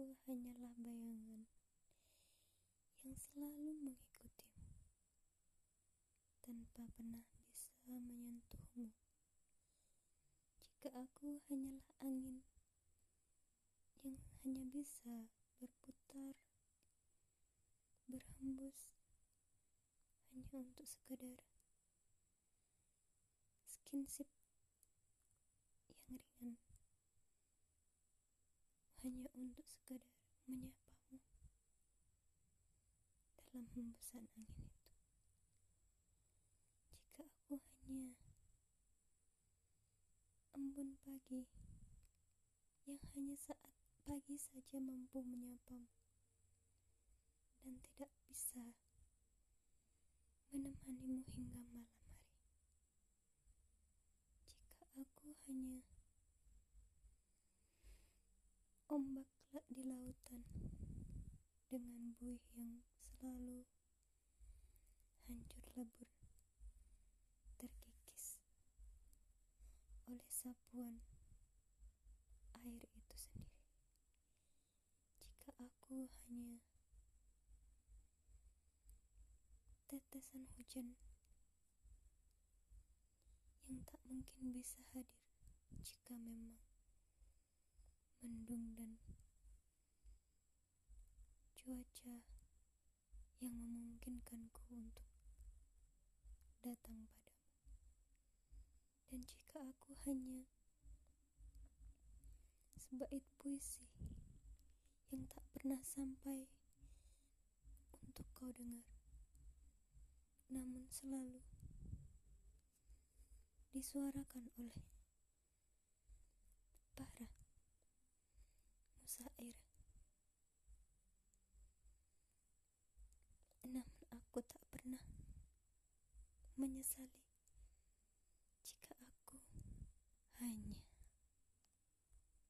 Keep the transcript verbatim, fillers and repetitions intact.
Aku hanyalah bayangan yang selalu mengikutimu tanpa pernah bisa menyentuhmu. Jika aku hanyalah angin yang hanya bisa berputar, berhembus hanya untuk sekadar skinship yang ringan, hanya untuk sekadar menyapamu dalam hembusan angin itu. Jika aku hanya embun pagi yang hanya saat pagi saja mampu menyapamu dan tidak bisa menemanimu hingga malam hari. Jika aku hanya ombak di lautan dengan buih yang selalu hancur lebur, terkikis oleh sapuan air itu sendiri. Jika aku hanya tetesan hujan yang tak mungkin bisa hadir jika memang mendung dan cuaca yang memungkinkanku untuk datang padamu. Dan jika aku hanya sebait puisi yang tak pernah sampai untuk kau dengar, namun selalu disuarakan oleh para musyair, namun aku tak pernah menyesali